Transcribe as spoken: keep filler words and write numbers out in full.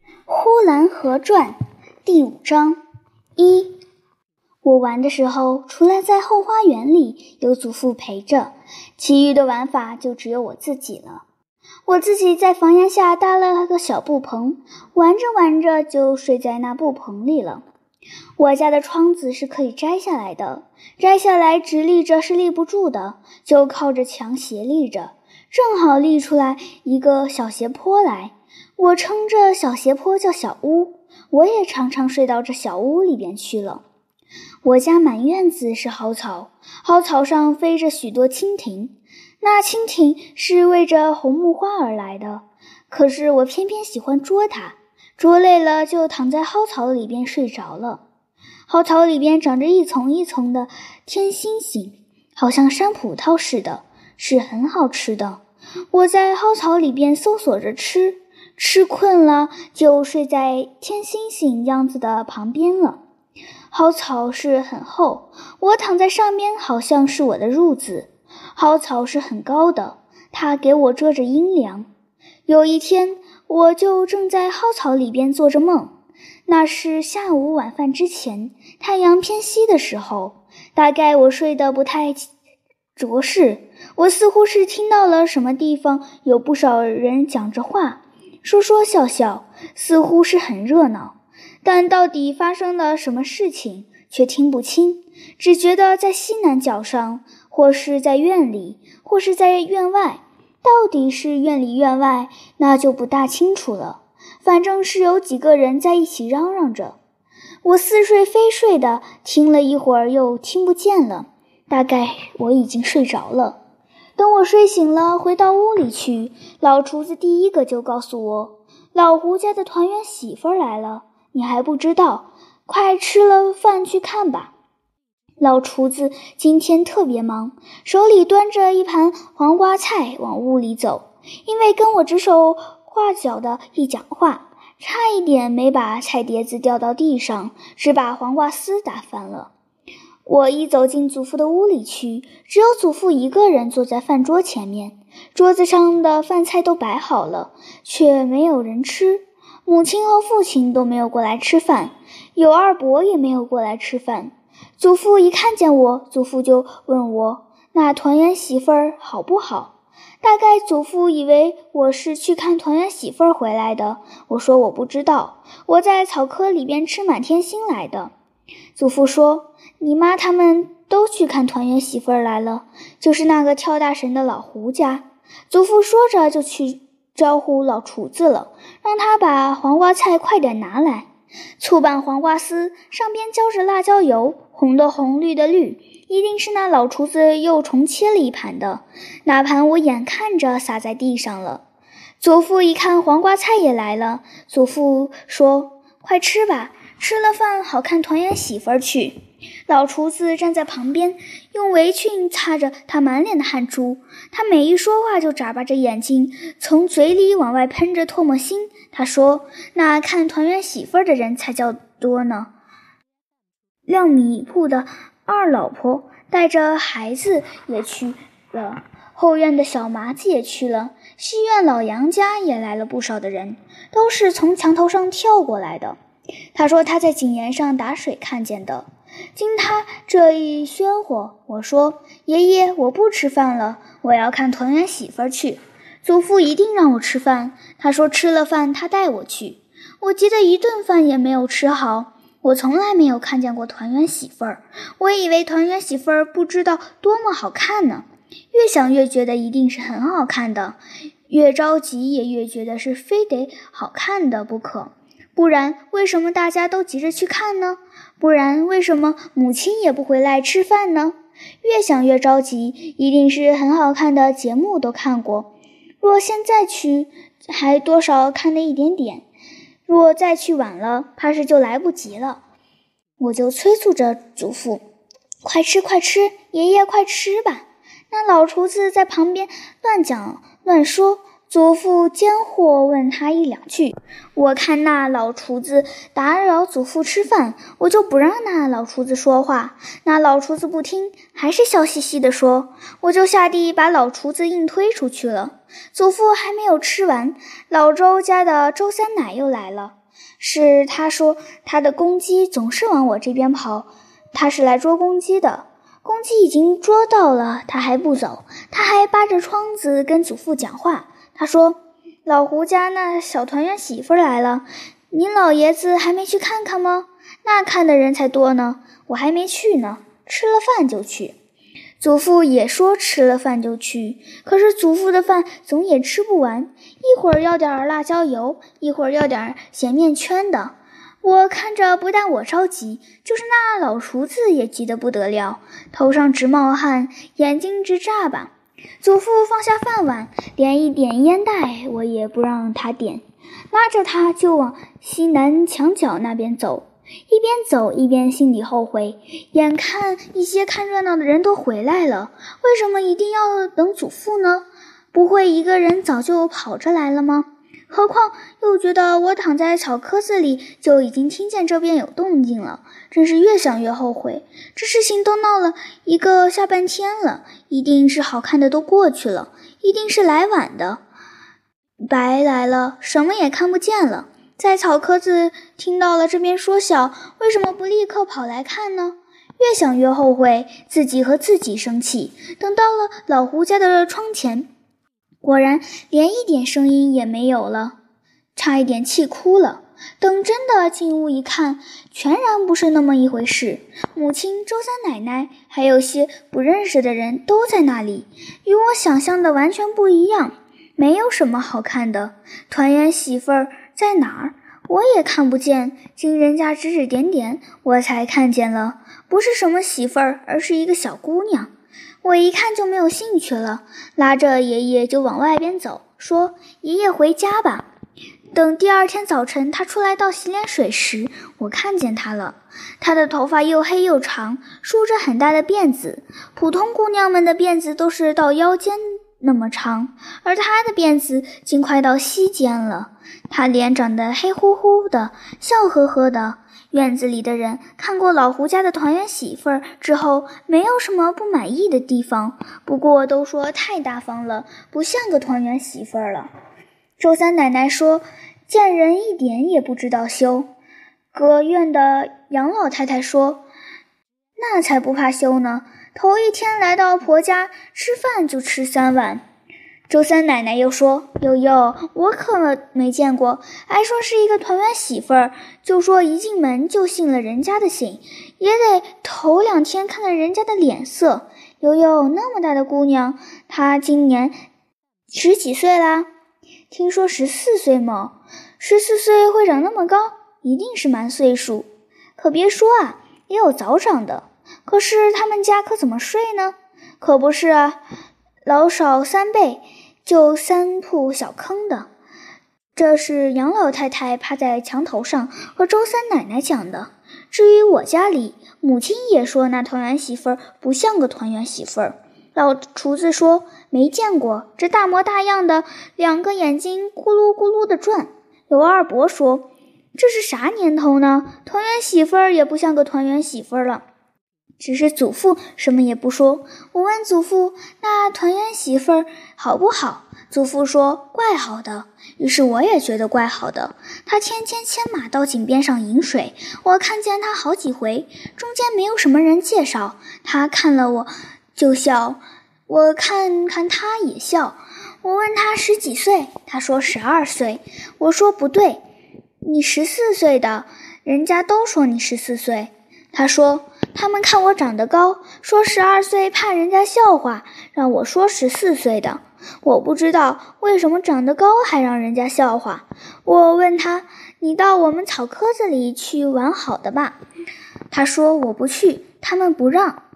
呼兰河传第五章一。我玩的时候，除了在后花园里有祖父陪着，其余的玩法就只有我自己了。我自己在房檐下搭了个小布棚，玩着玩着就睡在那布棚里了。我家的窗子是可以摘下来的，摘下来直立着是立不住的，就靠着墙斜立着，正好立出来一个小斜坡来。我称这小斜坡叫小屋，我也常常睡到这小屋里边去了。我家满院子是蒿草，蒿草上飞着许多蜻蜓，那蜻蜓是为着红木花而来的，可是我偏偏喜欢捉它，捉累了就躺在蒿草里边睡着了。蒿草里边长着一丛一丛的天星星，好像山葡萄似的，是很好吃的。我在蒿草里边搜索着吃，吃困了就睡在天星星样子的旁边了。蒿草是很厚，我躺在上面好像是我的褥子。蒿草是很高的，它给我遮着阴凉。有一天，我就正在蒿草里边做着梦，那是下午晚饭之前，太阳偏西的时候，大概我睡得不太着实，我似乎是听到了什么地方有不少人讲着话，说说笑笑，似乎是很热闹，但到底发生了什么事情却听不清，只觉得在西南角上，或是在院里，或是在院外，到底是院里院外，那就不大清楚了，反正是有几个人在一起嚷嚷着。我似睡非睡的听了一会儿又听不见了，大概我已经睡着了。等我睡醒了，回到屋里去，老厨子第一个就告诉我，老胡家的团圆媳妇来了，你还不知道，快吃了饭去看吧。老厨子今天特别忙，手里端着一盘黄瓜菜往屋里走，因为跟我指手画脚的一讲话，差一点没把菜碟子掉到地上，只把黄瓜丝打翻了。我一走进祖父的屋里去，只有祖父一个人坐在饭桌前面，桌子上的饭菜都摆好了，却没有人吃。母亲和父亲都没有过来吃饭，有二伯也没有过来吃饭。祖父一看见我，祖父就问我，那团圆媳妇儿好不好？大概祖父以为我是去看团圆媳妇儿回来的，我说我不知道，我在草窠里边吃满天星来的。祖父说，你妈他们都去看团圆媳妇儿来了，就是那个跳大神的老胡家。祖父说着就去招呼老厨子了，让他把黄瓜菜快点拿来。醋拌黄瓜丝，上边浇着辣椒油，红的红，绿的绿，一定是那老厨子又重切了一盘的，那盘我眼看着洒在地上了。祖父一看黄瓜菜也来了，祖父说，快吃吧，吃了饭好看团圆媳妇儿去。老厨子站在旁边，用围裙擦着他满脸的汗珠，他每一说话就眨巴着眼睛，从嘴里往外喷着唾沫星。他说，那看团圆媳妇儿的人才叫多呢。晾米铺的二老婆带着孩子也去了，后院的小麻子也去了，西院老杨家也来了不少的人，都是从墙头上跳过来的。他说他在井沿上打水看见的。经他这一喧哗，我说，爷爷，我不吃饭了，我要看团圆媳妇儿去。祖父一定让我吃饭，他说吃了饭他带我去。我急得一顿饭也没有吃好，我从来没有看见过团圆媳妇儿，我以为团圆媳妇儿不知道多么好看呢，越想越觉得一定是很好看的，越着急也越觉得是非得好看的不可。不然为什么大家都急着去看呢？不然为什么母亲也不回来吃饭呢？越想越着急，一定是很好看的节目都看过，若现在去还多少看了一点点，若再去晚了，怕是就来不及了。我就催促着祖父，快吃快吃，爷爷快吃吧。那老厨子在旁边乱讲乱说， 祖父间或问他一两句，我看那老厨子打扰祖父吃饭，我就不让那老厨子说话。那老厨子不听，还是笑嘻嘻地说，我就下地把老厨子硬推出去了。祖父还没有吃完，老周家的周三奶又来了。是他说他的公鸡总是往我这边跑，他是来捉公鸡的。公鸡已经捉到了，他还不走，他还扒着窗子跟祖父讲话。他说，老胡家那小团圆媳妇来了，您老爷子还没去看看吗？那看的人才多呢，我还没去呢，吃了饭就去。祖父也说吃了饭就去，可是祖父的饭总也吃不完，一会儿要点辣椒油，一会儿要点咸面圈的。我看着不但我着急，就是那老厨子也急得不得了，头上直冒汗，眼睛直眨巴。祖父放下饭碗，连一点烟袋我也不让他点，拉着他就往西南墙角那边走，一边走一边心里后悔，眼看一些看热闹的人都回来了，为什么一定要等祖父呢？不会一个人早就跑着来了吗？何况又觉得我躺在草窠子里就已经听见这边有动静了，真是越想越后悔。这事情都闹了一个下半天了，一定是好看的都过去了，一定是来晚的，白来了，什么也看不见了。在草窠子听到了这边说小，为什么不立刻跑来看呢？越想越后悔，自己和自己生气。等到了老胡家的窗前，果然连一点声音也没有了，差一点气哭了。等真的进屋一看，全然不是那么一回事。母亲、周三奶奶还有些不认识的人都在那里，与我想象的完全不一样，没有什么好看的。团圆媳妇儿在哪儿？我也看不见，经人家指指点点，我才看见了，不是什么媳妇儿，而是一个小姑娘。我一看就没有兴趣了，拉着爷爷就往外边走，说爷爷回家吧。等第二天早晨他出来倒洗脸水时，我看见他了。他的头发又黑又长，梳着很大的辫子，普通姑娘们的辫子都是到腰间那么长，而他的辫子竟快到膝间了。他脸长得黑乎乎的，笑呵呵的。院子里的人看过老胡家的团圆媳妇儿之后，没有什么不满意的地方，不过都说太大方了，不像个团圆媳妇儿了。周三奶奶说，见人一点也不知道羞。隔院的杨老太太说，那才不怕羞呢，头一天来到婆家吃饭就吃三碗。周三奶奶又说，悠悠，我可没见过，还说是一个团圆媳妇儿，就说一进门就信了人家的信，也得头两天看看人家的脸色。悠悠那么大的姑娘，她今年十几岁啦？听说十四岁嘛，十四岁会长那么高，一定是满岁数。可别说啊，也有早长的。可是他们家可怎么睡呢？可不是啊，老少三辈，就三铺小坑的。这是杨老太太趴在墙头上和周三奶奶讲的。至于我家里，母亲也说那团圆媳妇儿不像个团圆媳妇儿。老厨子说没见过，这大模大样的，两个眼睛咕噜咕噜的转。有二伯说，这是啥年头呢？团圆媳妇儿也不像个团圆媳妇儿了。只是祖父什么也不说。我问祖父，那团圆媳妇儿好不好？祖父说怪好的。于是我也觉得怪好的。他天天牵马到井边上饮水，我看见他好几回，中间没有什么人介绍，他看了我就笑，我看看他也笑。我问他十几岁，他说十二岁。我说不对，你十四岁的，人家都说你十四岁。他说他们看我长得高，说十二岁怕人家笑话，让我说十四岁的。我不知道为什么长得高还让人家笑话。我问他，你到我们草窠子里去玩好的吧。他说我不去，他们不让。